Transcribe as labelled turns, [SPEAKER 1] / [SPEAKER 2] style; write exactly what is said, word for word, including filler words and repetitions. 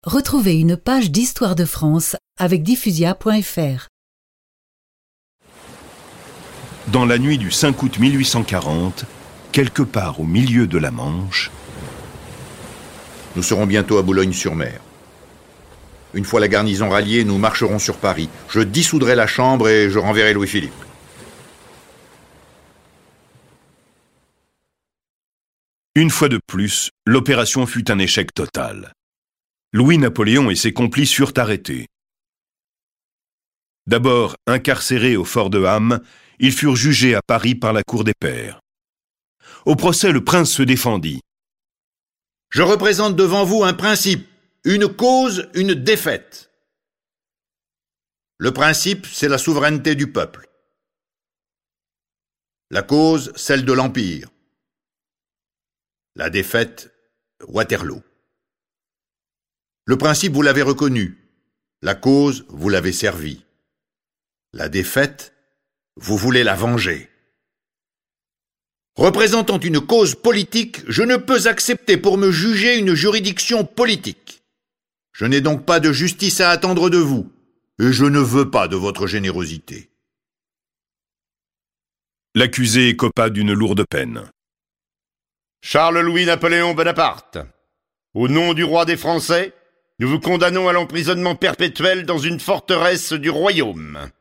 [SPEAKER 1] Retrouvez une page d'Histoire de France avec diffusia point f r.
[SPEAKER 2] Dans la nuit du cinq août mille huit cent quarante, quelque part au milieu de la Manche...
[SPEAKER 3] Nous serons bientôt à Boulogne-sur-Mer. Une fois la garnison ralliée, nous marcherons sur Paris. Je dissoudrai la Chambre et je renverrai Louis-Philippe.
[SPEAKER 2] Une fois de plus, l'opération fut un échec total. Louis-Napoléon et ses complices furent arrêtés. D'abord incarcérés au fort de Ham, ils furent jugés à Paris par la Cour des Pairs. Au procès, le prince se défendit.
[SPEAKER 3] « Je représente devant vous un principe, une cause, une défaite. Le principe, c'est la souveraineté du peuple. La cause, celle de l'Empire. La défaite, Waterloo. Le principe, vous l'avez reconnu. La cause, vous l'avez servi. La défaite, vous voulez la venger. Représentant une cause politique, je ne peux accepter pour me juger une juridiction politique. Je n'ai donc pas de justice à attendre de vous, et je ne veux pas de votre générosité. »
[SPEAKER 2] L'accusé écopa d'une lourde peine.
[SPEAKER 4] Charles-Louis Napoléon Bonaparte, au nom du roi des Français, nous vous condamnons à l'emprisonnement perpétuel dans une forteresse du royaume.